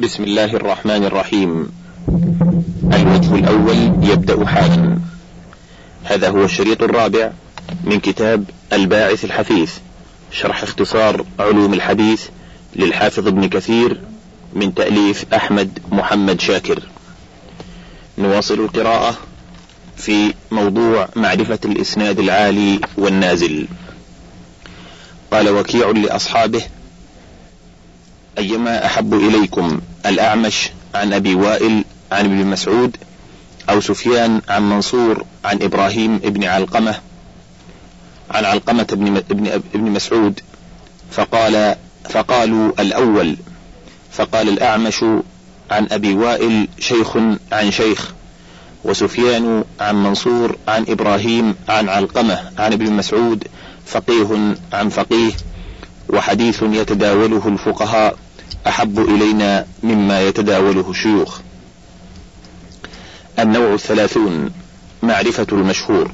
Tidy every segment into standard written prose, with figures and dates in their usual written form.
بسم الله الرحمن الرحيم. الوجه الأول يبدأ حالا. هذا هو الشريط الرابع من كتاب الباعث الحثيث، شرح اختصار علوم الحديث للحافظ ابن كثير من تأليف أحمد محمد شاكر. نواصل القراءة في موضوع معرفة الإسناد العالي والنازل. قال وكيع لأصحابه: أيما أحب إليكم، الأعمش عن أبي وائل عن ابن مسعود، أو سفيان عن منصور عن إبراهيم ابن علقمة عن علقمة ابن مسعود؟ فقالوا الأول. فقال الأعمش عن أبي وائل شيخ عن شيخ، وسفيان عن منصور عن إبراهيم عن علقمة عن ابن مسعود فقيه عن فقيه، وحديث يتداوله الفقهاء أحب إلينا مما يتداوله الشيوخ. النوع 30: معرفة المشهور.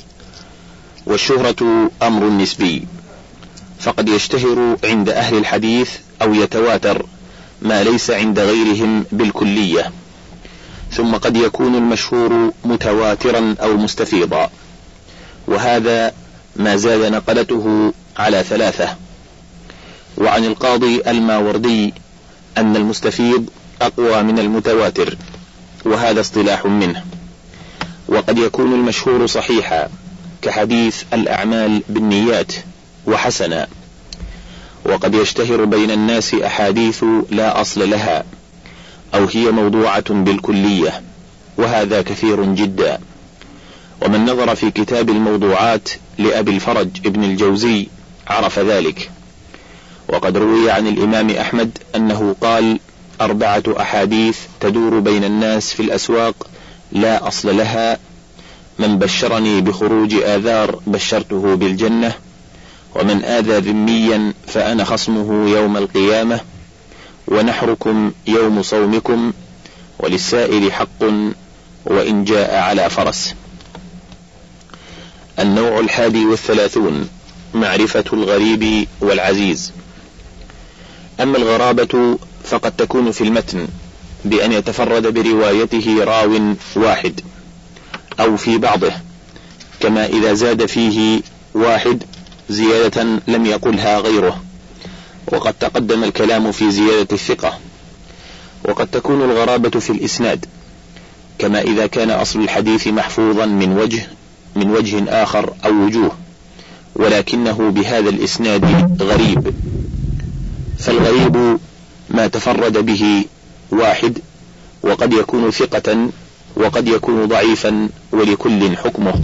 والشهرة أمر نسبي، فقد يشتهر عند أهل الحديث أو يتواتر ما ليس عند غيرهم بالكلية، ثم قد يكون المشهور متواترا أو مستفيضا، وهذا ما زاد نقلته على 3. وعن القاضي الماوردي أن المستفيض أقوى من المتواتر، وهذا اصطلاح منه. وقد يكون المشهور صحيحا كحديث الأعمال بالنيات وحسنا، وقد يشتهر بين الناس أحاديث لا أصل لها، أو هي موضوعة بالكلية، وهذا كثير جدا. ومن نظر في كتاب الموضوعات لأبي الفرج ابن الجوزي عرف ذلك. وقد روي عن الإمام أحمد أنه قال: 4 أحاديث تدور بين الناس في الأسواق لا أصل لها: من بشرني بخروج آذار بشرته بالجنة، ومن آذى ذميا فأنا خصمه يوم القيامة، ونحركم يوم صومكم، وللسائل حق وإن جاء على فرس. النوع 31: معرفة الغريب والعزيز. أما الغرابة فقد تكون في المتن بأن يتفرد بروايته راو واحد، أو في بعضه، كما إذا زاد فيه واحد زيادة لم يقلها غيره، وقد تقدم الكلام في زيادة الثقة. وقد تكون الغرابة في الإسناد، كما إذا كان أصل الحديث محفوظا من وجه آخر أو وجوه، ولكنه بهذا الإسناد غريب. فالغريب ما تفرد به واحد، وقد يكون ثقة وقد يكون ضعيفا، ولكل حكمه.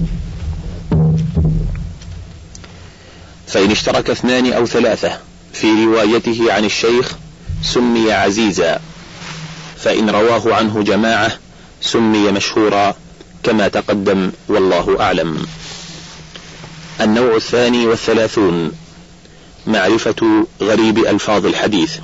فإن اشترك 2 أو 3 في روايته عن الشيخ سمي عزيزا، فإن رواه عنه جماعة سمي مشهورا، كما تقدم والله أعلم. النوع 32: معرفة غريب ألفاظ الحديث.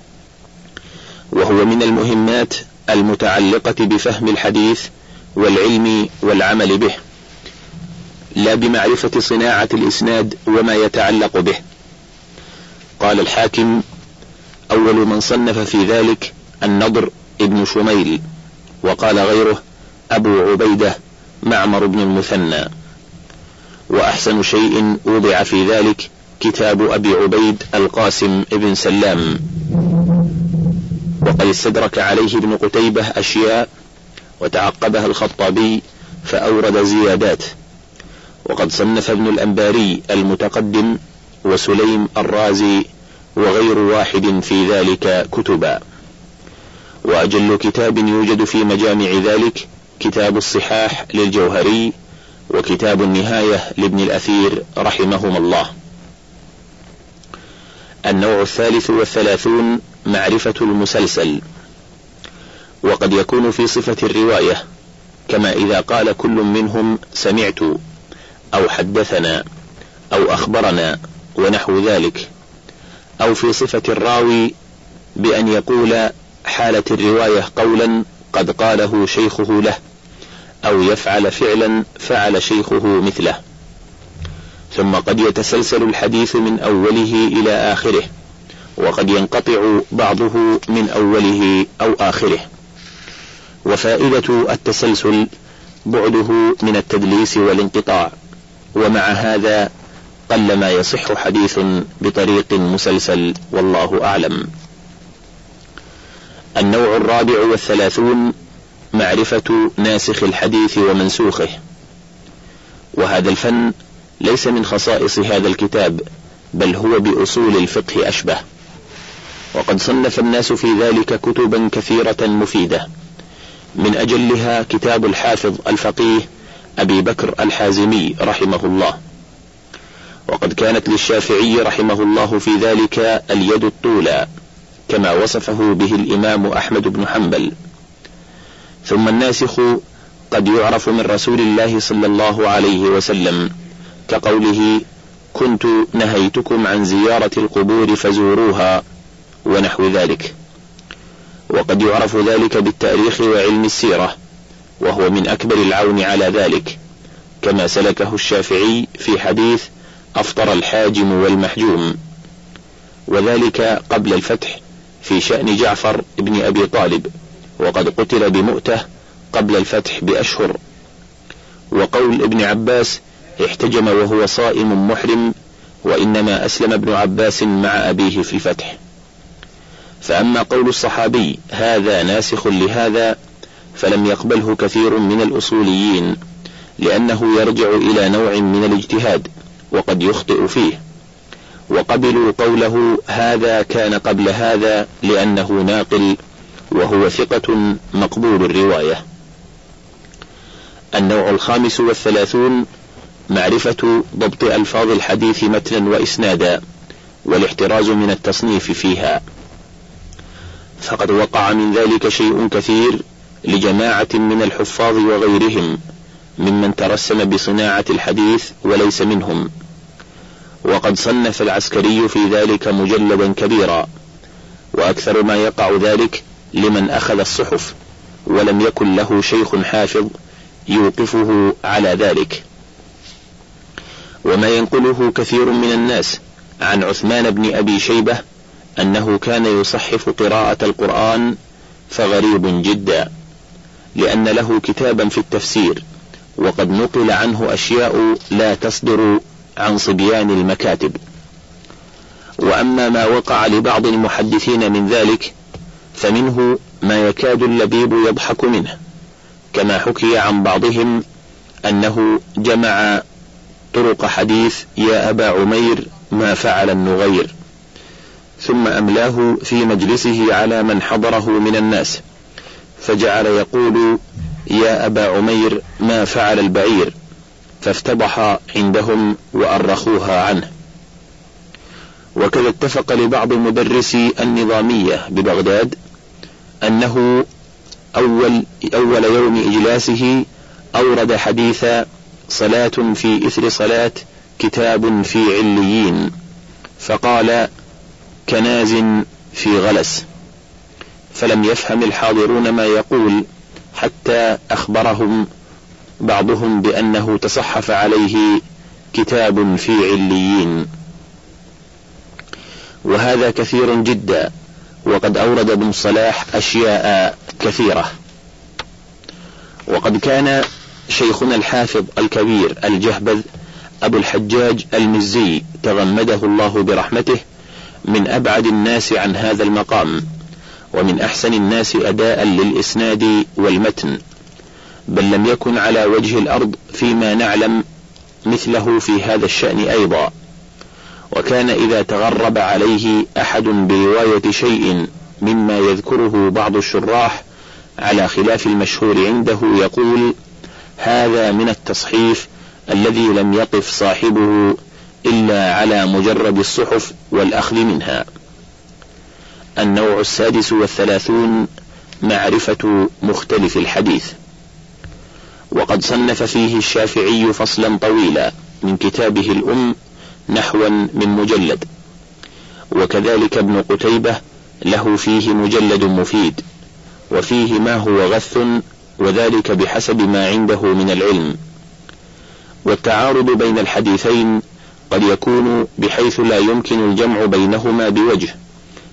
وهو من المهمات المتعلقة بفهم الحديث والعلم والعمل به، لا بمعرفة صناعة الإسناد وما يتعلق به. قال الحاكم: أول من صنف في ذلك النضر ابن شميل، وقال غيره أبو عبيدة معمر بن المثنى. وأحسن شيء وضع في ذلك كتاب أبي عبيد القاسم ابن سلام. وقد استدرك عليه ابن قتيبة أشياء وتعقبها الخطابي فأورد زيادات. وقد صنف ابن الأنباري المتقدم وسليم الرازي وغير واحد في ذلك كتبا. وأجل كتاب يوجد في مجامع ذلك كتاب الصحاح للجوهري، وكتاب النهاية لابن الأثير رحمهما الله. النوع 33: معرفة المسلسل. وقد يكون في صفة الرواية، كما إذا قال كل منهم سمعت أو حدثنا أو أخبرنا ونحو ذلك، أو في صفة الراوي بأن يقول حالة الرواية قولا قد قاله شيخه له، أو يفعل فعلا فعل شيخه مثله. ثم قد يتسلسل الحديث من أوله إلى آخره، وقد ينقطع بعضه من أوله أو آخره. وفائدة التسلسل بعده من التدليس والانقطاع، ومع هذا قلما يصح حديث بطريق مسلسل، والله أعلم. النوع 34 معرفة ناسخ الحديث ومنسوخه. وهذا الفن ليس من خصائص هذا الكتاب، بل هو بأصول الفقه أشبه، وقد صنف الناس في ذلك كتبا كثيرة مفيدة، من أجلها كتاب الحافظ الفقيه أبي بكر الحازمي رحمه الله. وقد كانت للشافعي رحمه الله في ذلك اليد الطولى، كما وصفه به الإمام أحمد بن حنبل. ثم الناسخ قد يعرف من رسول الله صلى الله عليه وسلم، كقوله: كنت نهيتكم عن زيارة القبور فزوروها، ونحو ذلك. وقد يعرف ذلك بالتاريخ وعلم السيرة، وهو من أكبر العون على ذلك، كما سلكه الشافعي في حديث أفطر الحاجم والمحجوم، وذلك قبل الفتح في شأن جعفر ابن أبي طالب، وقد قتل بمؤتة قبل الفتح بأشهر. وقول ابن عباس: احتجم وهو صائم محرم، وإنما أسلم ابن عباس مع أبيه في الفتح. فأما قول الصحابي هذا ناسخ لهذا فلم يقبله كثير من الأصوليين، لأنه يرجع إلى نوع من الاجتهاد وقد يخطئ فيه، وقبلوا قوله هذا كان قبل هذا لأنه ناقل، وهو ثقة مقبول الرواية. النوع 35 معرفة ضبط ألفاظ الحديث متنا وإسنادا، والاحتراز من التصنيف فيها. فقد وقع من ذلك شيء كثير لجماعة من الحفاظ وغيرهم ممن ترسم بصناعة الحديث وليس منهم. وقد صنف العسكري في ذلك مجلدا كبيرا، وأكثر ما يقع ذلك لمن أخذ الصحف ولم يكن له شيخ حافظ يوقفه على ذلك. وما ينقله كثير من الناس عن عثمان بن أبي شيبة أنه كان يصحف قراءة القرآن فغريب جدا، لأن له كتابا في التفسير، وقد نقل عنه أشياء لا تصدر عن صبيان المكاتب. وأما ما وقع لبعض المحدثين من ذلك فمنه ما يكاد اللبيب يضحك منه، كما حكي عن بعضهم أنه جمع طرق حديث يا أبا عمير ما فعل النغير، ثم أملاه في مجلسه على من حضره من الناس، فجعل يقول يا أبا عمير ما فعل البعير، فافتضح عندهم وأرخوها عنه. وكذا اتفق لبعض مدرسي النظامية ببغداد أنه أول يوم إجلاسه أورد حديث صلاة في إثر صلاة كتاب في عليين، فقال كناز في غلس، فلم يفهم الحاضرون ما يقول، حتى أخبرهم بعضهم بأنه تصحف عليه كتاب في عليين. وهذا كثير جدا، وقد أورد ابن صلاح أشياء كثيرة. وقد كان شيخنا الحافظ الكبير الجهبذ أبو الحجاج المزي تغمده الله برحمته من أبعد الناس عن هذا المقام، ومن أحسن الناس أداء للإسناد والمتن، بل لم يكن على وجه الأرض فيما نعلم مثله في هذا الشأن أيضا. وكان إذا تغرب عليه أحد برواية شيء مما يذكره بعض الشراح على خلاف المشهور عنده يقول هذا من التصحيف الذي لم يقف صاحبه إلا على مجرد الصحف والأخذ منها. النوع 36 معرفة مختلف الحديث. وقد صنف فيه الشافعي فصلا طويلا من كتابه الأم نحوا من مجلد، وكذلك ابن قتيبة له فيه مجلد مفيد، وفيه ما هو غث، وذلك بحسب ما عنده من العلم. والتعارض بين الحديثين قد يكون بحيث لا يمكن الجمع بينهما بوجه،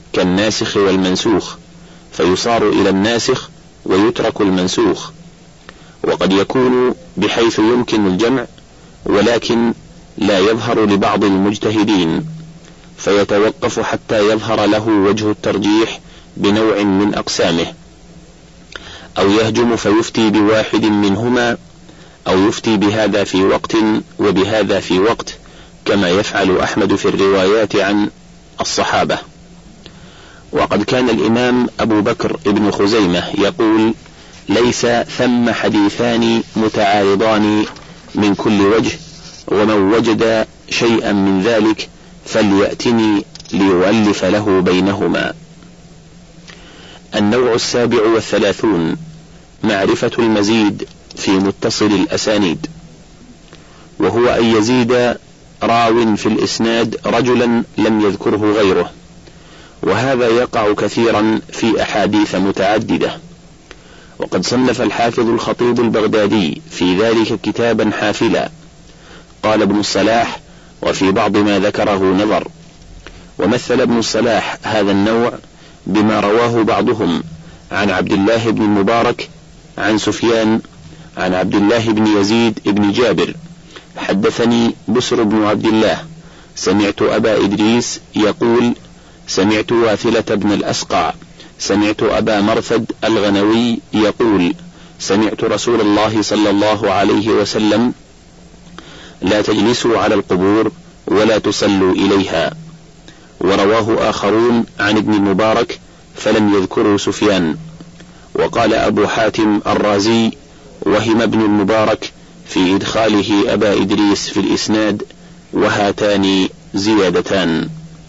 كالناسخ والمنسوخ، فيصار إلى الناسخ ويترك المنسوخ. وقد يكون بحيث يمكن الجمع ولكن لا يظهر لبعض المجتهدين، فيتوقف حتى يظهر له وجه الترجيح بنوع من أقسامه، أو يهجم فيفتي بواحد منهما، أو يفتي بهذا في وقت وبهذا في وقت، كما يفعل أحمد في الروايات عن الصحابة. وقد كان الإمام أبو بكر ابن خزيمة يقول: ليس ثم حديثان متعارضان من كل وجه، ومن وجد شيئا من ذلك فليأتني ليؤلف له بينهما. النوع 37 معرفة المزيد في متصل الأسانيد، وهو أن يزيد راو في الإسناد رجلا لم يذكره غيره، وهذا يقع كثيرا في أحاديث متعددة. وقد صنف الحافظ الخطيب البغدادي في ذلك كتابا حافلا. قال ابن الصلاح: وفي بعض ما ذكره نظر. ومثل ابن الصلاح هذا النوع بما رواه بعضهم عن عبد الله بن المبارك عن سفيان عن عبد الله بن يزيد بن جابر: حدثني بسر بن عبد الله سمعت أبا إدريس يقول: سمعت واثلة بن الأسقع سمعت أبا مرثد الغنوي يقول: سمعت رسول الله صلى الله عليه وسلم: لا تجلسوا على القبور ولا تصلوا إليها. ورواه آخرون عن ابن المبارك فلم يذكروا سفيان. وقال أبو حاتم الرازي: وهم ابن المبارك في إدخاله أبا إدريس في الإسناد، وهاتان زيادتان.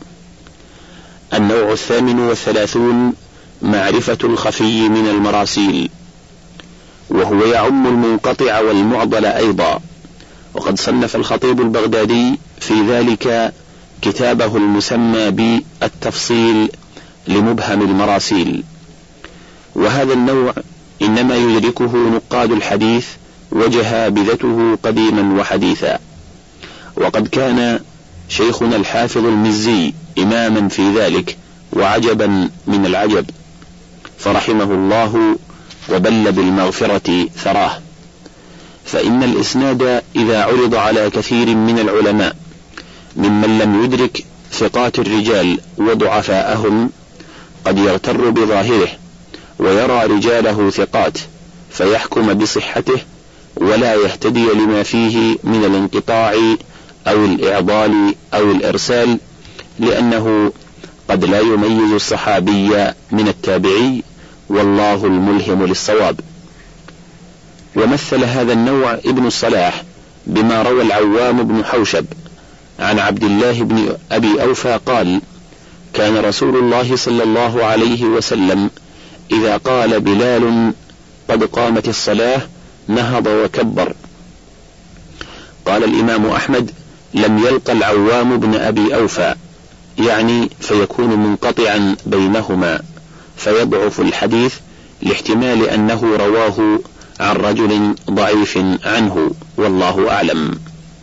النوع 38 معرفة الخفي من المراسيل، وهو يعم المنقطع والمعضل أيضا. وقد صنف الخطيب البغدادي في ذلك كتابه المسمى بالتفصيل لمبهم المراسيل. وهذا النوع إنما يدركه نقاد الحديث وجهابذته قديما وحديثا. وقد كان شيخنا الحافظ المزي إماما في ذلك، وعجبا من العجب، فرحمه الله وبل بالمغفرة ثراه. فإن الإسناد إذا عرض على كثير من العلماء ممن لم يدرك ثقات الرجال وضعفاءهم قد يغتر بظاهره ويرى رجاله ثقات فيحكم بصحته، ولا يهتدي لما فيه من الانقطاع أو الإعضال أو الإرسال، لأنه قد لا يميز الصحابي من التابعي، والله الملهم للصواب. ومثل هذا النوع ابن الصلاح بما روى العوام بن حوشب عن عبد الله بن أبي أوفى قال: كان رسول الله صلى الله عليه وسلم إذا قال بلال: قد قامت الصلاة، نهض وكبر. قال الإمام أحمد: لم يلق العوام بن أبي أوفى، يعني فيكون منقطعا بينهما، فيضعف الحديث لاحتمال أنه رواه عن رجل ضعيف عنه، والله أعلم.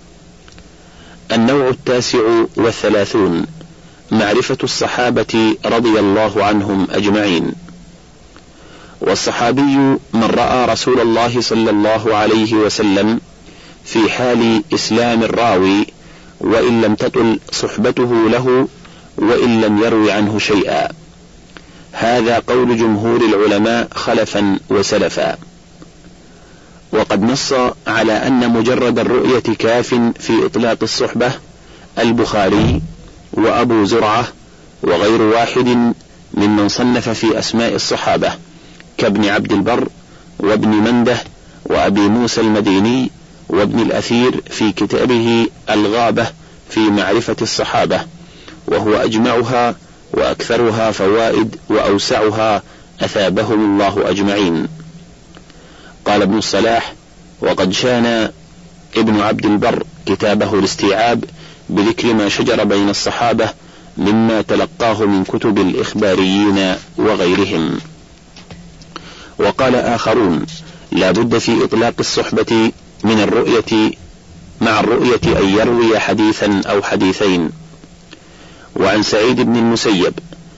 النوع 39 معرفة الصحابة رضي الله عنهم أجمعين. والصحابي من رأى رسول الله صلى الله عليه وسلم في حال إسلام الراوي، وإن لم تطل صحبته له وإن لم يروي عنه شيئا. هذا قول جمهور العلماء خلفا وسلفا. وقد نص على أن مجرد الرؤية كاف في إطلاق الصحبة البخاري وأبو زرعة وغير واحد ممن صنف في أسماء الصحابة، كابن عبد البر وابن منده وأبي موسى المديني وابن الأثير في كتابه الغابة في معرفة الصحابة، وهو أجمعها وأكثرها فوائد وأوسعها، أثابهم الله أجمعين. قال ابن الصلاح: وقد شان ابن عبد البر كتابه الاستيعاب بذكر ما شجر بين الصحابة مما تلقاه من كتب الإخباريين وغيرهم. وقال آخرون: لا بد في إطلاق الصحبة من الرؤية مع الرؤية أن يروي حديثا أو حديثين. وعن سعيد بن المسيب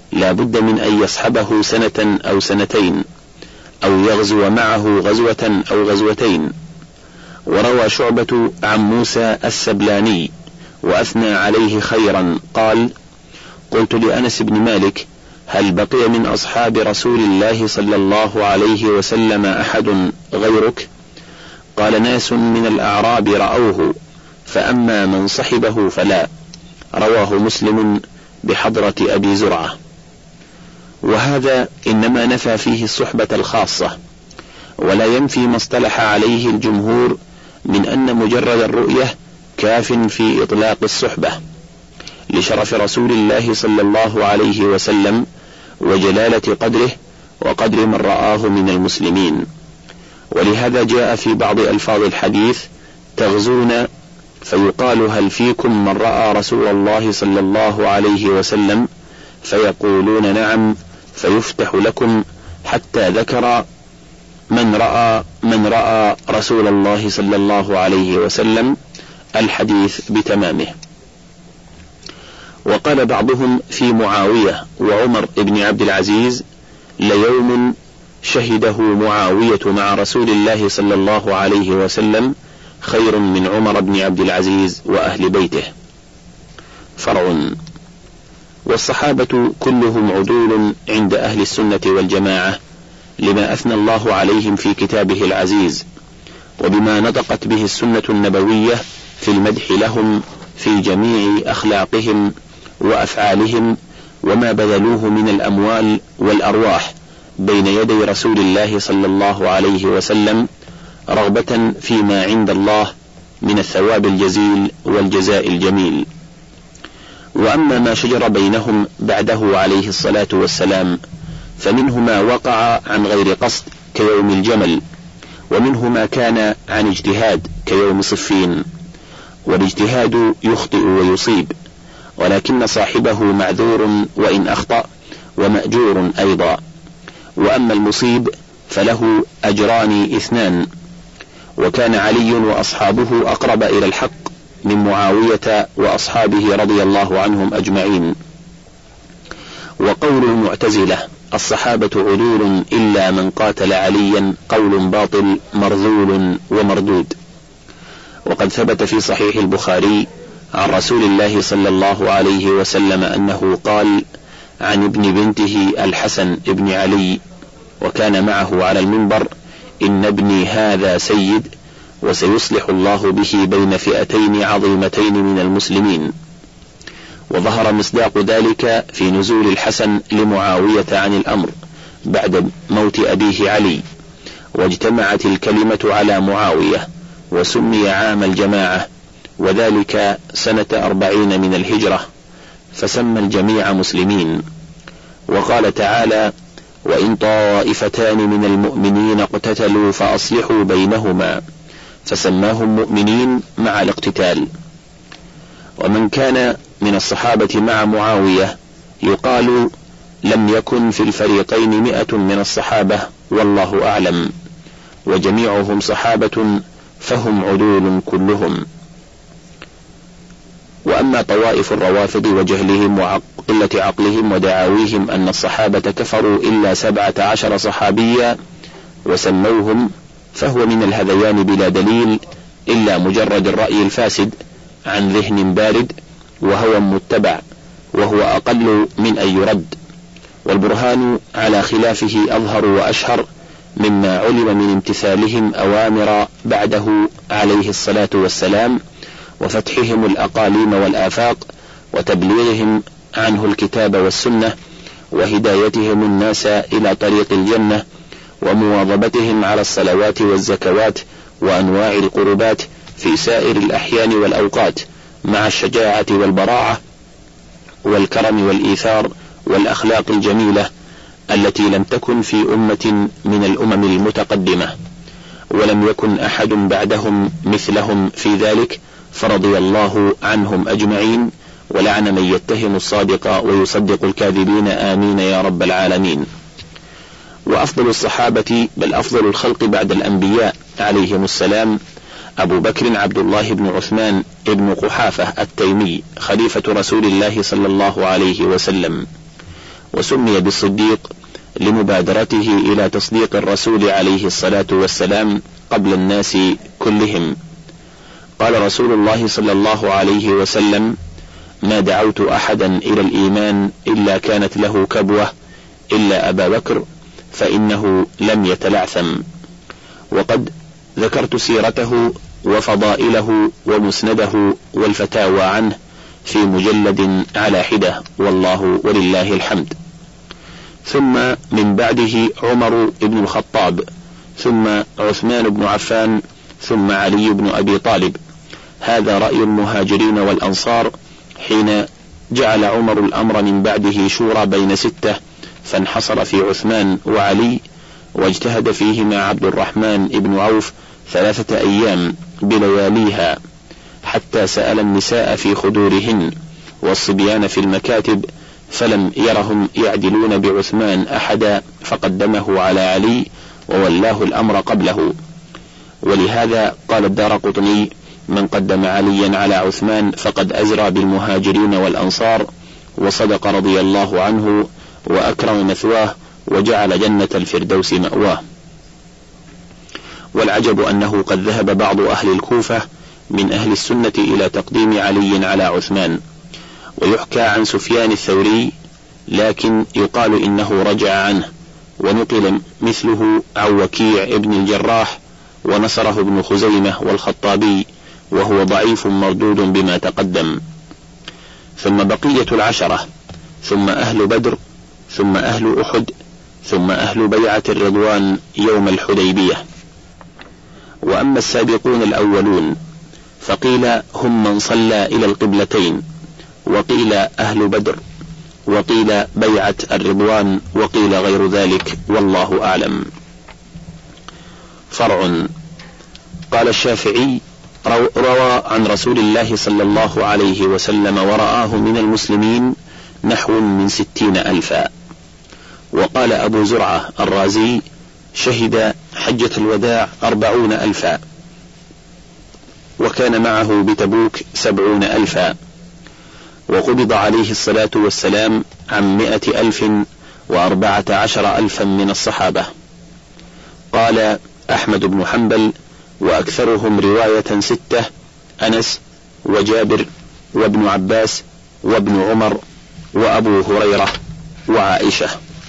لا بد من أن يصحبه سنة أو سنتين، أو يغزو معه غزوة أو غزوتين. وروى شعبة عن موسى السبلاني وأثنى عليه خيرا قال: قلت لأنس بن مالك: هل بقي من أصحاب رسول الله صلى الله عليه وسلم أحد غيرك؟ قال: ناس من الأعراب رأوه، فأما من صحبه فلا. رواه مسلم بحضرة أبي زرعة. وهذا إنما نفى فيه الصحبة الخاصة، ولا ينفي ما اصطلح عليه الجمهور من أن مجرد الرؤية كاف في إطلاق الصحبة، لشرف رسول الله صلى الله عليه وسلم وجلالة قدره وقدر من رآه من المسلمين. ولهذا جاء في بعض ألفاظ الحديث: تغزون، فيقال: هل فيكم من رأى رسول الله صلى الله عليه وسلم؟ فيقولون: نعم، فيفتح لكم حتى ذكر من رأى رسول الله صلى الله عليه وسلم الحديث بتمامه. وقال بعضهم في معاوية وعمر بن عبد العزيز: ليوم شهده معاوية مع رسول الله صلى الله عليه وسلم خير من عمر بن عبد العزيز وأهل بيته. فرع. والصحابة كلهم عدول عند أهل السنة والجماعة، لما أثنى الله عليهم في كتابه العزيز، وبما نطقت به السنة النبوية في المدح لهم في جميع أخلاقهم وأفعالهم، وما بذلوه من الأموال والأرواح بين يدي رسول الله صلى الله عليه وسلم، رغبة فيما عند الله من الثواب الجزيل والجزاء الجميل. وأما ما شجر بينهم بعده عليه الصلاة والسلام، فمنه ما وقع عن غير قصد كيوم الجمل، ومنه ما كان عن اجتهاد كيوم صفين. والاجتهاد يخطئ ويصيب، ولكن صاحبه معذور وإن أخطأ، ومأجور أيضا. وأما المصيب فله أجران اثنان. وكان علي وأصحابه أقرب إلى الحق من معاوية وأصحابه رضي الله عنهم أجمعين. وقول المعتزلة: الصحابة عدول إلا من قاتل عليا، قول باطل مرذول ومردود. وقد ثبت في صحيح البخاري عن رسول الله صلى الله عليه وسلم أنه قال عن ابن بنته الحسن ابن علي وكان معه على المنبر: إن ابني هذا سيد، وسيصلح الله به بين فئتين عظيمتين من المسلمين. وظهر مصداق ذلك في نزول الحسن لمعاوية عن الأمر بعد موت أبيه علي، واجتمعت الكلمة على معاوية، وسمي عام الجماعة، وذلك سنة 40 من الهجرة، فسمى الجميع مسلمين. وقال تعالى: وإن طائفتان من المؤمنين اقتتلوا فأصلحوا بينهما، فسماهم مؤمنين مع الاقتتال. ومن كان من الصحابة مع معاوية يقال لم يكن في الفريقين 100 من الصحابة، والله أعلم، وجميعهم صحابة فهم عدول كلهم. وأما طوائف الروافض وجهلهم وقلة عقلهم ودعاويهم أن الصحابة كفروا إلا 17 صحابيا وسموهم، فهو من الهذيان بلا دليل إلا مجرد الرأي الفاسد عن ذهن بارد وهوى متبع، وهو أقل من أن يرد. والبرهان على خلافه أظهر وأشهر مما علم من امتثالهم أوامر بعده عليه الصلاة والسلام، وفتحهم الأقاليم والآفاق، وتبليغهم عنه الكتاب والسنة، وهدايتهم الناس إلى طريق الجنة، ومواظبتهم على الصلوات والزكوات وأنواع القربات في سائر الأحيان والأوقات، مع الشجاعة والبراعة والكرم والإيثار والأخلاق الجميلة التي لم تكن في أمة من الأمم المتقدمة، ولم يكن أحد بعدهم مثلهم في ذلك، فرضي الله عنهم أجمعين، ولعن من يتهم الصادق ويصدق الكاذبين، آمين يا رب العالمين. وأفضل الصحابة بل أفضل الخلق بعد الأنبياء عليهم السلام أبو بكر عبد الله بن عثمان بن قحافة التيمي خليفة رسول الله صلى الله عليه وسلم، وسمي بالصديق لمبادرته إلى تصديق الرسول عليه الصلاة والسلام قبل الناس كلهم. قال رسول الله صلى الله عليه وسلم: ما دعوت أحدا إلى الإيمان إلا كانت له كبوة إلا أبا بكر فإنه لم يتلعثم. وقد ذكرت سيرته وفضائله ومسنده والفتاوى عنه في مجلد على حدة، والله ولله الحمد. ثم من بعده عمر بن الخطاب، ثم عثمان بن عفان، ثم علي بن أبي طالب. هذا رأي المهاجرين والأنصار حين جعل عمر الأمر من بعده شورى بين 6، فانحصر في عثمان وعلي، واجتهد فيهما عبد الرحمن بن عوف 3 أيام بلياليها، حتى سأل النساء في خدورهن والصبيان في المكاتب، فلم يرهم يعدلون بعثمان أحدا، فقدمه على علي وولاه الأمر قبله. ولهذا قال الدارقطني: من قدم عليا على عثمان فقد أزرى بالمهاجرين والأنصار، وصدق رضي الله عنه، وأكرم مثواه، وجعل جنة الفردوس مأواه. والعجب أنه قد ذهب بعض أهل الكوفة من أهل السنة إلى تقديم علي على عثمان، ويحكى عن سفيان الثوري، لكن يقال إنه رجع عنه، ونقل مثله عن وكيع ابن الجراح، ونصره ابن خزيمة والخطابي، وهو ضعيف مردود بما تقدم. ثم بقية 10، ثم أهل بدر، ثم أهل أحد، ثم أهل بيعة الرضوان يوم الحديبية. وأما السابقون الأولون فقيل هم من صلى إلى القبلتين، وقيل أهل بدر، وقيل بيعة الرضوان، وقيل غير ذلك، والله أعلم. فرع. قال الشافعي: روى عن رسول الله صلى الله عليه وسلم ورآه من المسلمين نحو من 60,000. وقال أبو زرعة الرازي: شهد حجة الوداع 40,000، وكان معه بتبوك 70,000. وقبض عليه الصلاة والسلام عن 114,000 من الصحابة. قال أحمد بن حنبل: وأكثرهم رواية 6: أنس وجابر وابن عباس وابن عمر وأبو هريرة وعائشة.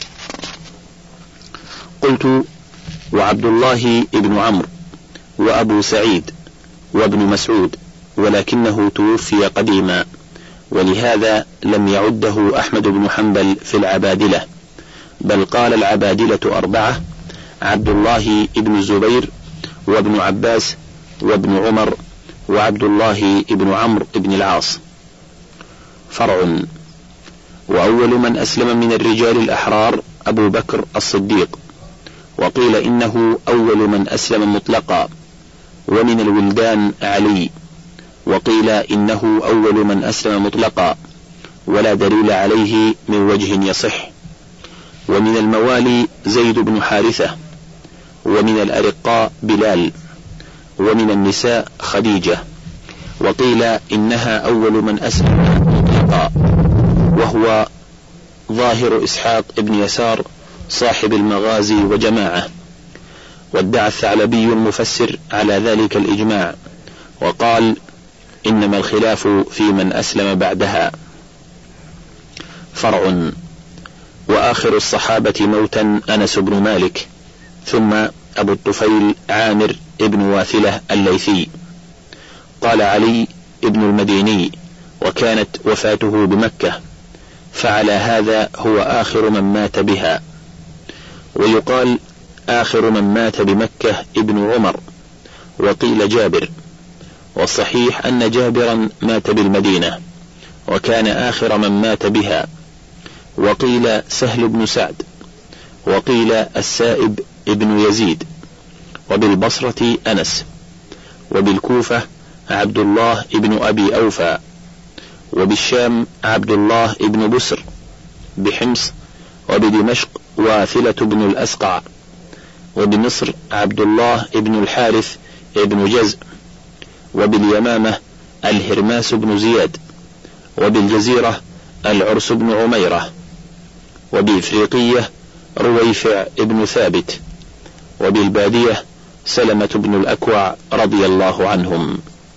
قلت: وعبد الله بن عمرو وأبو سعيد وابن مسعود، ولكنه توفي قديما، ولهذا لم يعده أحمد بن حنبل في العبادلة، بل قال العبادلة 4: عبد الله بن الزبير وابن عباس وابن عمر وعبد الله بن عمرو بن العاص. فرع. وأول من أسلم من الرجال الأحرار أبو بكر الصديق، وقيل إنه أول من أسلم مطلقا، ومن الولدان علي، وقيل إنه أول من أسلم مطلقا، ولا دليل عليه من وجه يصح. ومن الموالي زيد بن حارثة، ومن الأرقاء بلال، ومن النساء خديجة، وقيل إنها أول من أسلم مطلقا، وهو ظاهر إسحاق ابن يسار صاحب المغازي وجماعة. وادعى الثعلبي المفسر على ذلك الإجماع، وقال: إنما الخلاف في من أسلم بعدها. فرع. وآخر الصحابة موتا أنس بن مالك، ثم أبو الطفيل عامر ابن واثلة الليثي. قال علي ابن المديني: وكانت وفاته بمكة، فعلى هذا هو آخر من مات بها. ويقال آخر من مات بمكة ابن عمر، وقيل جابر، والصحيح أن جابرا مات بالمدينة، وكان آخر من مات بها. وقيل سهل بن سعد، وقيل السائب ابن يزيد. وبالبصرة أنس، وبالكوفة عبد الله ابن أبي أوفى، وبالشام عبد الله ابن بسر، بحمص وبدمشق واثلة بن الأسقع، وبمصر عبد الله ابن الحارث ابن جزء، وباليمامة الهرماس بن زياد، وبالجزيرة العرس بن عميرة. وبإفريقية رويفع ابن ثابت، وبالبادية سلمة بن الأكوع رضي الله عنهم.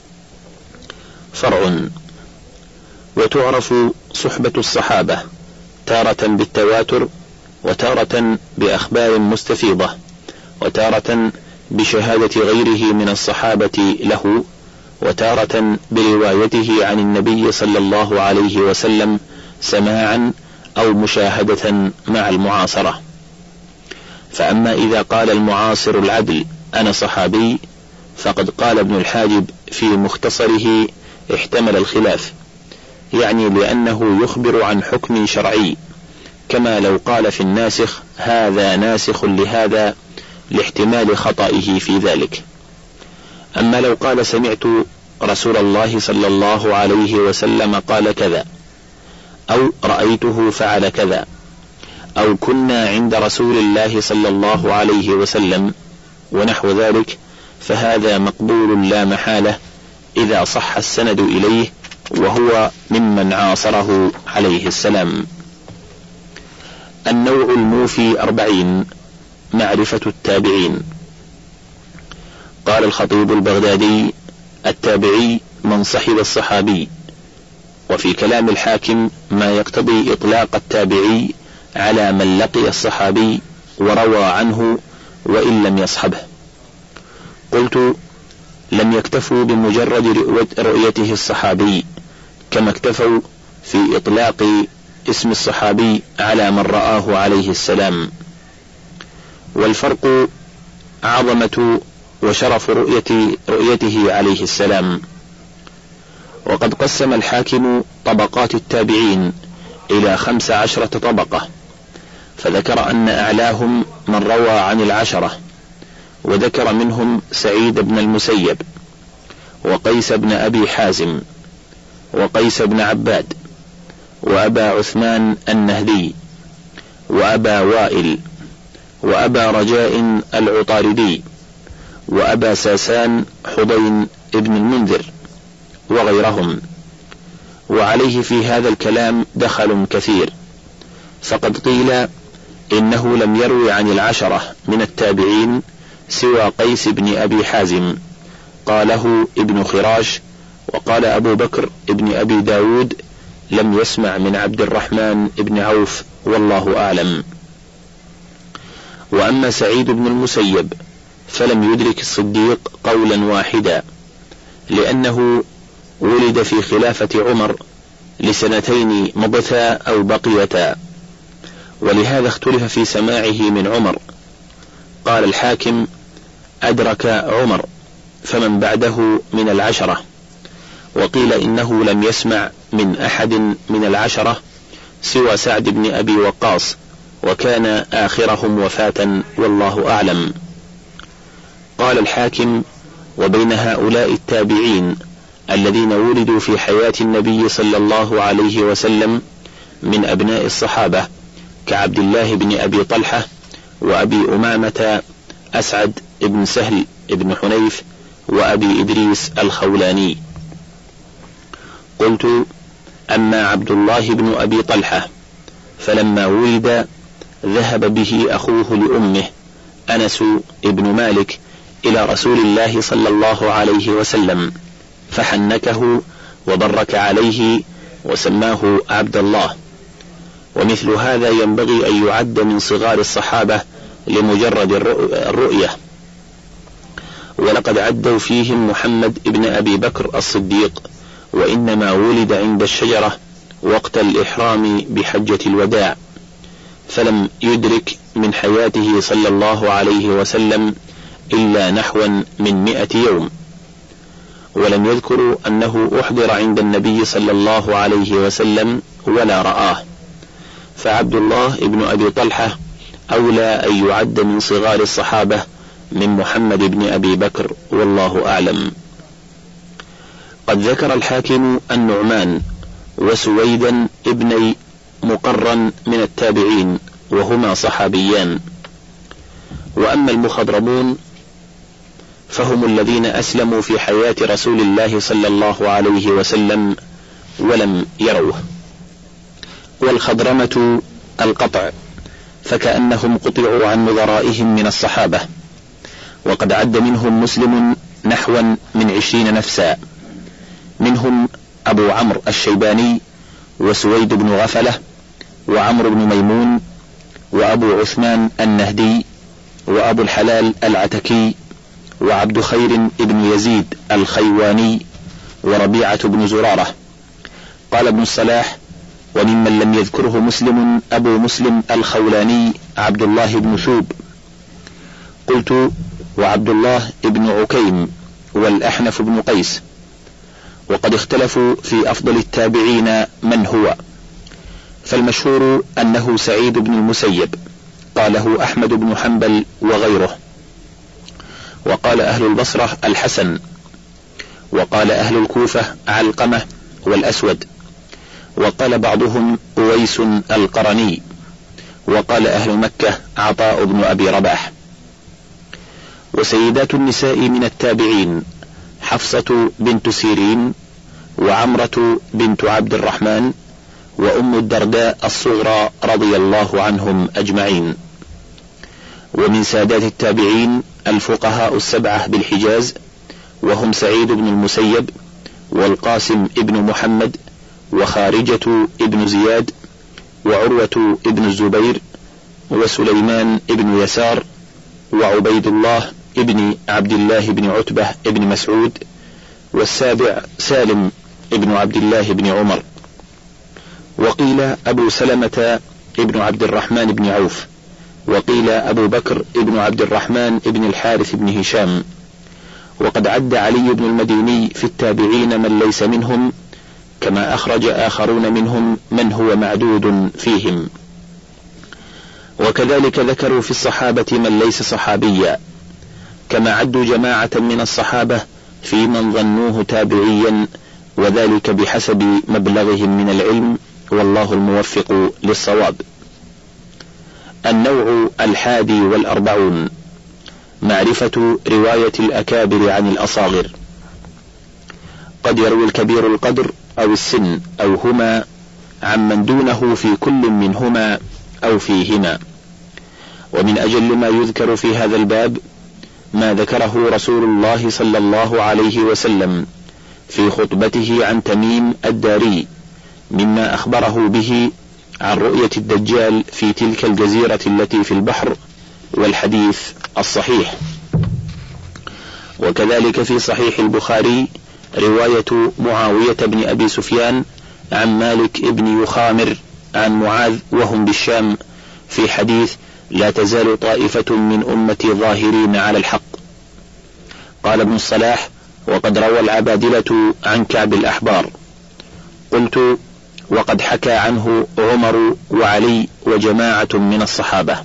فرع. وتعرف صحبة الصحابة تارة بالتواتر، وتارة بأخبار مستفيضة، وتارة بشهادة غيره من الصحابة له، وتارة بروايته عن النبي صلى الله عليه وسلم سماعا أو مشاهدة مع المعاصرة. فأما إذا قال المعاصر العدل أنا صحابي، فقد قال ابن الحاجب في مختصره احتمل الخلاف، يعني لأنه يخبر عن حكم شرعي، كما لو قال في الناسخ هذا ناسخ لهذا لاحتمال خطئه في ذلك. أما لو قال سمعت رسول الله صلى الله عليه وسلم قال كذا، أو رأيته فعل كذا، أو كنا عند رسول الله صلى الله عليه وسلم ونحو ذلك، فهذا مقبول لا محالة إذا صح السند إليه، وهو ممن عاصره عليه السلام. النوع الموفي 40. معرفة التابعين. قال الخطيب البغدادي: التابعي من صحب الصحابي. وفي كلام الحاكم ما يقتضي إطلاق التابعي على من لقي الصحابي وروى عنه وإن لم يصحبه. قلت: لم يكتفوا بمجرد رؤيته الصحابي، كما اكتفوا في إطلاق اسم الصحابي على من رآه عليه السلام. والفرق عظمة وشرف رؤيته عليه السلام. وقد قسم الحاكم طبقات التابعين إلى 15 طبقة، فذكر أن أعلاهم من روى عن 10، وذكر منهم سعيد بن المسيب، وقيس بن أبي حازم، وقيس بن عباد، وأبا عثمان النهدي، وأبا وائل، وأبا رجاء العطاردي، وأبا ساسان حضين ابن المنذر، وغيرهم. وعليه في هذا الكلام دخل كثير، فقد قيل إنه لم يروي عن 10 من التابعين سوى قيس بن أبي حازم، قاله ابن خراش. وقال أبو بكر ابن أبي داود لم يسمع من عبد الرحمن ابن عوف، والله أعلم. وأما سعيد بن المسيب فلم يدرك الصديق قولا واحدا، لأنه ولد في خلافة عمر لسنتين مضتا أو بقيتا، ولهذا اختلف في سماعه من عمر. قال الحاكم: أدرك عمر فمن بعده من 10، وقيل إنه لم يسمع من أحد من 10 سوى سعد بن أبي وقاص، وكان آخرهم وفاة، والله أعلم. قال الحاكم: وبين هؤلاء التابعين الذين ولدوا في حياة النبي صلى الله عليه وسلم من أبناء الصحابة كعبد الله بن أبي طلحة، وأبي أمامة أسعد بن سهل بن حنيف، وأبي إدريس الخولاني. قلت: أما عبد الله بن أبي طلحة فلما ولد ذهب به أخوه لأمه أنس بن مالك إلى رسول الله صلى الله عليه وسلم، فحنكه وبرك عليه وسماه عبد الله. ومثل هذا ينبغي أن يعد من صغار الصحابة لمجرد الرؤية، ولقد عدوا فيهم محمد بن أبي بكر الصديق، وإنما ولد عند الشجرة وقت الإحرام بحجة الوداع، فلم يدرك من حياته صلى الله عليه وسلم إلا نحوا من 100 يوم، ولم يذكروا أنه أحضر عند النبي صلى الله عليه وسلم ولا رآه. فعبد الله بن أبي طلحة أولى أن يعد من صغار الصحابة من محمد بن أبي بكر، والله أعلم. قد ذكر الحاكم النعمان وسويدا ابني مقرن من التابعين، وهما صحابيان. وأما المخضرمون فهم الذين أسلموا في حياة رسول الله صلى الله عليه وسلم ولم يروه. والخضرمة القطع، فكأنهم قطعوا عن نظرائهم من الصحابة. وقد عد منهم مسلم نحوا من 20 نفسا، منهم أبو عمرو الشيباني، وسويد بن غفلة، وعمرو بن ميمون، وأبو عثمان النهدي، وأبو الحلال العتكي، وعبد خير بن يزيد الخيواني، وربيعة بن زرارة. قال ابن الصلاح: وممن لم يذكره مسلم أبو مسلم الخولاني عبد الله بن ثوب. قلت: وعبد الله بن عكيم، والأحنف بن قيس. وقد اختلفوا في أفضل التابعين من هو، فالمشهور أنه سعيد بن المسيب، قاله أحمد بن حنبل وغيره. وقال أهل البصرة الحسن، وقال أهل الكوفة علقمة والأسود، وقال بعضهم أويس القرني، وقال أهل مكة عطاء بن أبي رباح. وسيدات النساء من التابعين حفصة بنت سيرين، وعمرة بنت عبد الرحمن، وأم الدرداء الصغرى رضي الله عنهم أجمعين. ومن سادات التابعين الفقهاء السبعة بالحجاز، وهم سعيد بن المسيب، والقاسم ابن محمد، وخارجة ابن زياد، وعروة ابن الزبير، وسليمان ابن يسار، وعبيد الله ابن عبد الله بن عتبة ابن مسعود، والسابع سالم ابن عبد الله بن عمر. وقيل أبو سلمة ابن عبد الرحمن بن عوف، وقيل أبو بكر ابن عبد الرحمن ابن الحارث بن هشام. وقد عد علي بن المديني في التابعين من ليس منهم، كما أخرج آخرون منهم من هو معدود فيهم. وكذلك ذكروا في الصحابة من ليس صحابيا، كما عدوا جماعة من الصحابة في من ظنوه تابعيا، وذلك بحسب مبلغهم من العلم، والله الموفق للصواب. النوع 41، معرفة رواية الأكابر عن الأصاغر. قد يروي الكبير القدر أو السن أو هما عمن دونه في كل منهما أو فيهما. ومن أجل ما يذكر في هذا الباب ما ذكره رسول الله صلى الله عليه وسلم في خطبته عن تميم الداري، مما أخبره به عن رؤية الدجال في تلك الجزيرة التي في البحر، والحديث الصحيح. وكذلك في صحيح البخاري رواية معاوية بن أبي سفيان عن مالك ابن يخامر عن معاذ وهم بالشام في حديث: لا تزال طائفة من أمتي ظاهرين على الحق. قال ابن الصلاح: وقد روى العبادلة عن كعب الأحبار. قلت: وقد حكى عنه عمر وعلي وجماعة من الصحابة.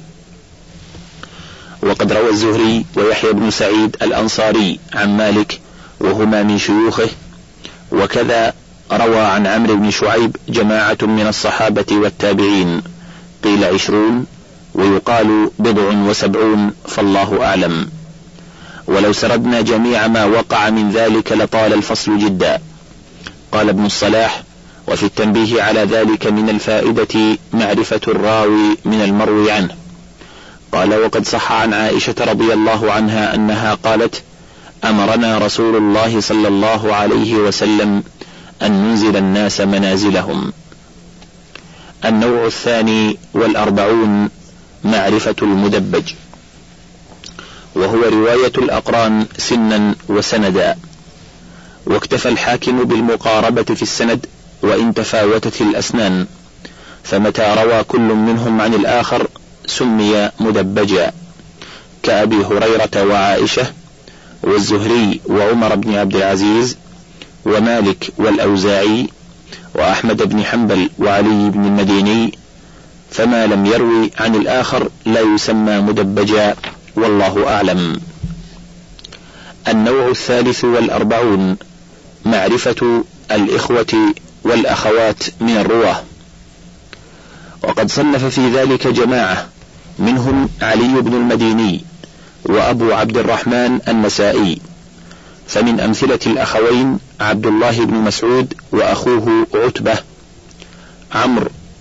وقد روى الزهري ويحيى بن سعيد الأنصاري عن مالك وهما من شيوخه، وكذا روى عن عمرو بن شعيب جماعة من الصحابة والتابعين، قيل 20 ويقال 70، فالله أعلم. ولو سردنا جميع ما وقع من ذلك لطال الفصل جدا. قال ابن الصلاح: وفي التنبيه على ذلك من الفائدة معرفة الراوي من المروي عنه. قال: وقد صح عن عائشة رضي الله عنها أنها قالت: أمرنا رسول الله صلى الله عليه وسلم أن ننزل الناس منازلهم. النوع 42، معرفة المدبج، وهو رواية الأقران سنا وسندا. واكتفى الحاكم بالمقاربة في السند وإن تفاوتت الأسنان، فمتى روى كل منهم عن الآخر سمي مدبجا، كأبي هريرة وعائشة والزهري وعمر بن عبد العزيز ومالك والأوزاعي وأحمد بن حنبل وعلي بن المديني. فما لم يروي عن الآخر لا يسمى مدبجا، والله أعلم. النوع 43، معرفة الإخوة والأخوات من الرواه. وقد صنف في ذلك جماعة، منهم علي بن المديني وأبو عبد الرحمن النسائي. فمن أمثلة الأخوين عبد الله بن مسعود وأخوه عتبة، عمرو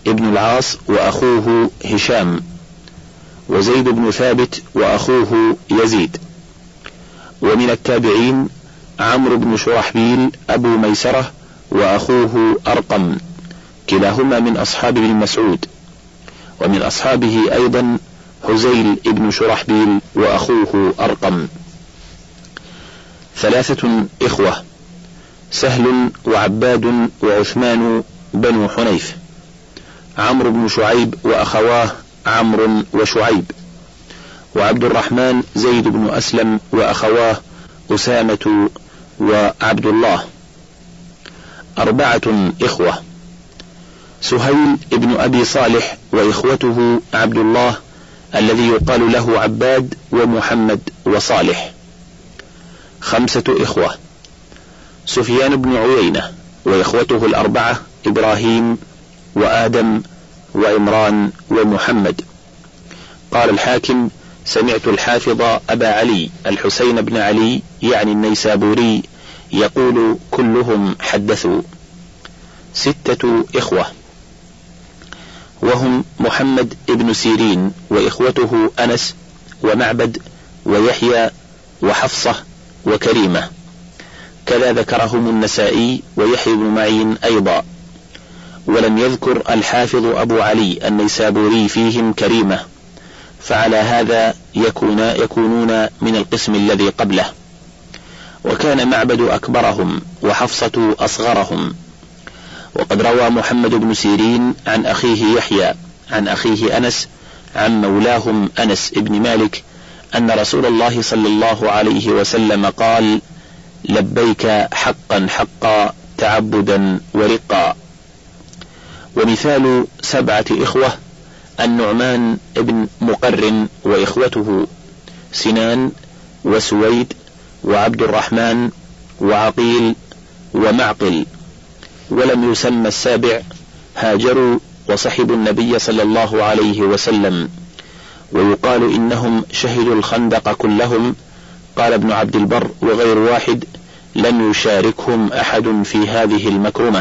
ابن العاص وأخوه هشام، وزيد بن ثابت وأخوه يزيد. ومن التابعين عمرو بن شرحبيل أبو ميسرة وأخوه أرقم، كلاهما من أصحاب ابن مسعود. ومن أصحابه أيضا هزيل ابن شرحبيل وأخوه أرقم. 3 إخوة: سهل وعباد وعثمان بنو حنيف، عمرو بن شعيب وأخواه عمرو وشعيب، وعبد الرحمن زيد بن أسلم وأخواه أسامة وعبد الله. 4 إخوة: سهيل ابن أبي صالح وإخوته عبد الله الذي يقال له عباد ومحمد وصالح. 5 إخوة: سفيان بن عيينة وإخوته 4 إبراهيم وآدم وعمران ومحمد. قال الحاكم: سمعت الحافظ أبا علي الحسين بن علي يعني النيسابوري يقول كلهم حدثوا. 6 إخوة، وهم محمد ابن سيرين وإخوته أنس ومعبد ويحيى وحفصة وكريمة، كذا ذكرهم النسائي ويحيى بن معين أيضا، ولم يذكر الحافظ أبو علي النيسابوري فيهم كريمة، فعلى هذا يكونون من القسم الذي قبله. وكان معبد أكبرهم وحفصة أصغرهم. وقد روى محمد بن سيرين عن أخيه يحيى عن أخيه أنس عن مولاهم أنس بن مالك أن رسول الله صلى الله عليه وسلم قال: لبيك حقا حقا تعبدا ورقا. ومثال 7 إخوة: النعمان ابن مقرن وإخوته سنان وسويد وعبد الرحمن وعقيل ومعقل. ولم يسمى 7 هاجروا وصحبوا النبي صلى الله عليه وسلم، ويقال إنهم شهدوا الخندق كلهم. قال ابن عبد البر وغير واحد: لم يشاركهم أحد في هذه المكرمة.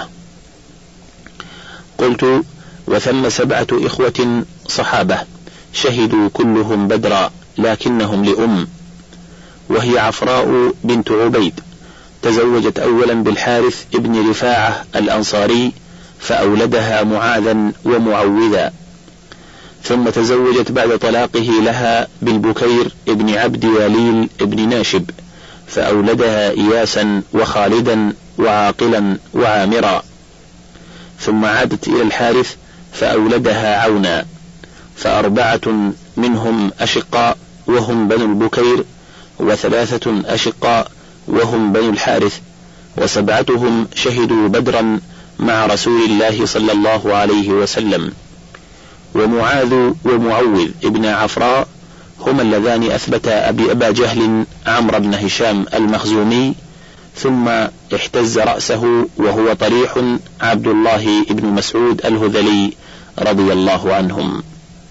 قلت: وثم 7 إخوة صحابة شهدوا كلهم بدرا لكنهم لأم، وهي عفراء بنت عبيد، تزوجت أولا بالحارث ابن رفاعة الأنصاري فأولدها معاذا ومعوذا، ثم تزوجت بعد طلاقه لها بالبكير ابن عبد وليل ابن ناشب فأولدها إياسا وخالدا وعاقلا وعامرا، ثم عادت إلى الحارث فأولدها عونا، ف4 منهم أشقاء وهم بنو البكير، و3 أشقاء وهم بنو الحارث، و7 شهدوا بدرا مع رسول الله صلى الله عليه وسلم. ومعاذ ومعوذ ابن عفراء هما اللذان أثبتا أبا جهل عمرو بن هشام المخزومي، ثم احتز رأسه وهو طريح عبد الله بن مسعود الهذلي رضي الله عنهم.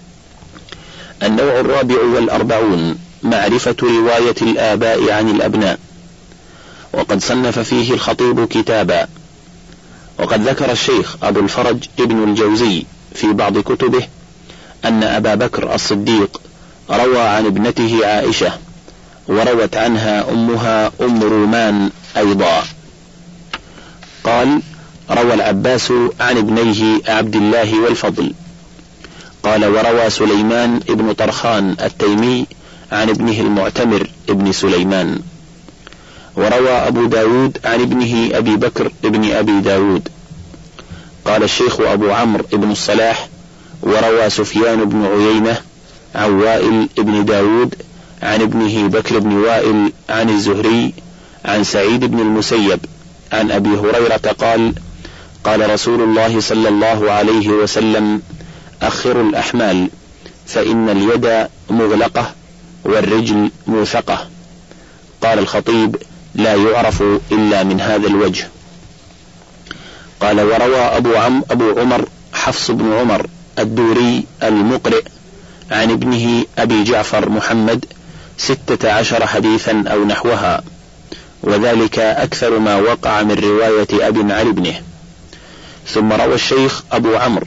النوع 44 معرفة رواية الآباء عن الأبناء. وقد صنف فيه الخطيب كتابا. وقد ذكر الشيخ أبو الفرج ابن الجوزي في بعض كتبه أن أبا بكر الصديق روى عن ابنته عائشة، وروت عنها أمها أم رومان أيضا. قال: روى العباس عن ابنيه عبد الله والفضل. قال: وروى سليمان ابن طرخان التيمي عن ابنه المعتمر ابن سليمان. وروى أبو داود عن ابنه أبي بكر ابن أبي داود. قال الشيخ أبو عمرو ابن الصلاح: وروى سفيان بن عيينة عن وائل ابن داود عن ابنه بكر بن وائل عن الزهري عن سعيد بن المسيب عن أبي هريرة قال: قال رسول الله صلى الله عليه وسلم: أخروا الأحمال فإن اليد مغلقة والرجل موثقة. قال الخطيب: لا يعرف إلا من هذا الوجه. قال: وروى أبو عمر حفص بن عمر الدوري المقرئ عن ابنه أبي جعفر محمد 16 حديثا أو نحوها، وذلك أكثر ما وقع من رواية أب عن ابنه. ثم روى الشيخ أبو عمرو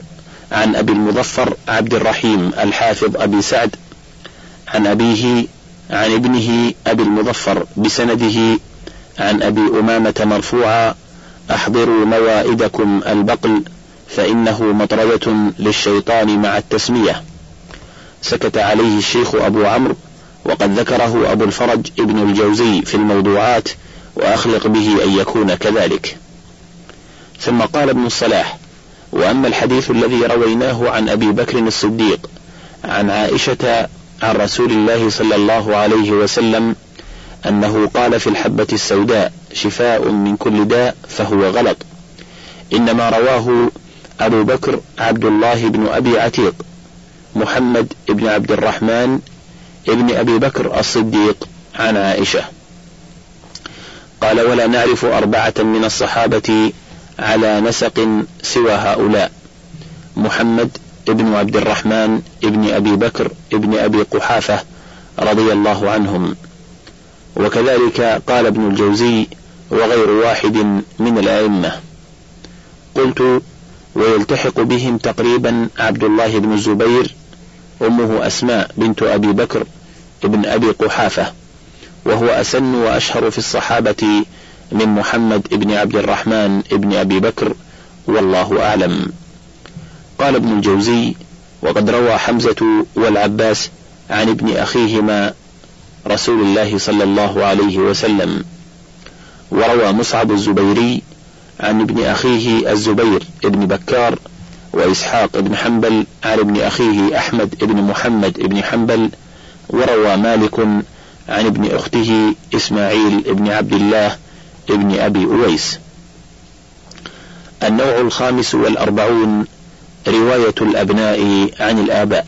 عن أبي المظفر عبد الرحيم الحافظ أبي سعد عن أبيه عن ابنه أبي المظفر بسنده عن أبي أمامة مرفوعا: أحضروا موائدكم البقل فإنه مطردة للشيطان مع التسمية. سكت عليه الشيخ أبو عمرو، وقد ذكره أبو الفرج ابن الجوزي في الموضوعات، وأخلق به أن يكون كذلك. ثم قال ابن الصلاح: وأما الحديث الذي رويناه عن أبي بكر الصديق عن عائشة عن رسول الله صلى الله عليه وسلم أنه قال في الحبة السوداء شفاء من كل داء، فهو غلط. إنما رواه أبو بكر عبد الله بن أبي عتيق محمد بن عبد الرحمن ابن أبي بكر الصديق عن عائشة. قال: ولا نعرف 4 من الصحابة على نسق سوى هؤلاء: محمد ابن عبد الرحمن ابن أبي بكر ابن أبي قحافة رضي الله عنهم. وكذلك قال ابن الجوزي وغير واحد من الأئمة. قلت: ويلتحق بهم تقريبا عبد الله بن الزبير، أمه أسماء بنت أبي بكر ابن أبي قحافة، وهو أسن وأشهر في الصحابة من محمد ابن عبد الرحمن ابن أبي بكر، والله أعلم. قال ابن الجوزي: وقد روى حمزة والعباس عن ابن أخيهما رسول الله صلى الله عليه وسلم. وروى مصعب الزبيري عن ابن أخيه الزبير ابن بكار وإسحاق ابن حنبل عن ابن أخيه أحمد ابن محمد ابن حنبل. وروى مالك عن ابن أخته إسماعيل ابن عبد الله ابن أبي أويس. النوع 45 رواية الأبناء عن الآباء،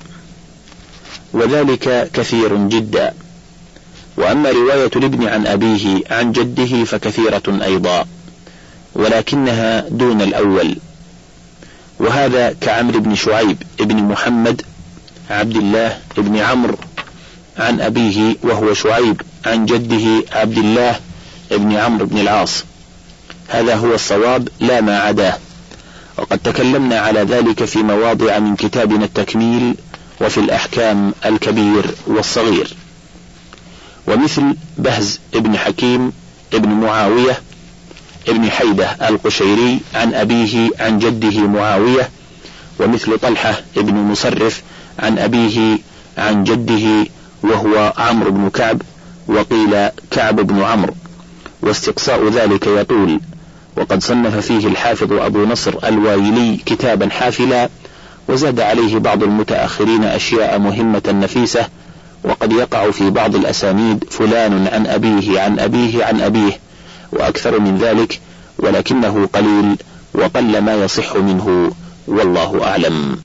وذلك كثير جدا. وأما رواية الابن عن أبيه عن جده فكثيرة أيضا، ولكنها دون الأول. وهذا كعمرو بن شعيب ابن محمد عبد الله ابن عمرو عن أبيه وهو شعيب عن جده عبد الله ابن عمرو بن العاص. هذا هو الصواب لا ما عداه، وقد تكلمنا على ذلك في مواضع من كتابنا التكميل وفي الأحكام الكبير والصغير. ومثل بهز ابن حكيم ابن معاوية ابن حيدة القشيري عن أبيه عن جده معاوية، ومثل طلحة ابن مصرف عن أبيه عن جده وهو عمرو بن كعب، وقيل كعب بن عمرو، واستقصاء ذلك يطول. وقد صنف فيه الحافظ أبو نصر الوايلي كتابا حافلا، وزاد عليه بعض المتأخرين أشياء مهمة نفيسة، وقد يقع في بعض الأسانيد فلان عن أبيه عن أبيه عن أبيه وأكثر من ذلك، ولكنه قليل وقل ما يصح منه، والله أعلم.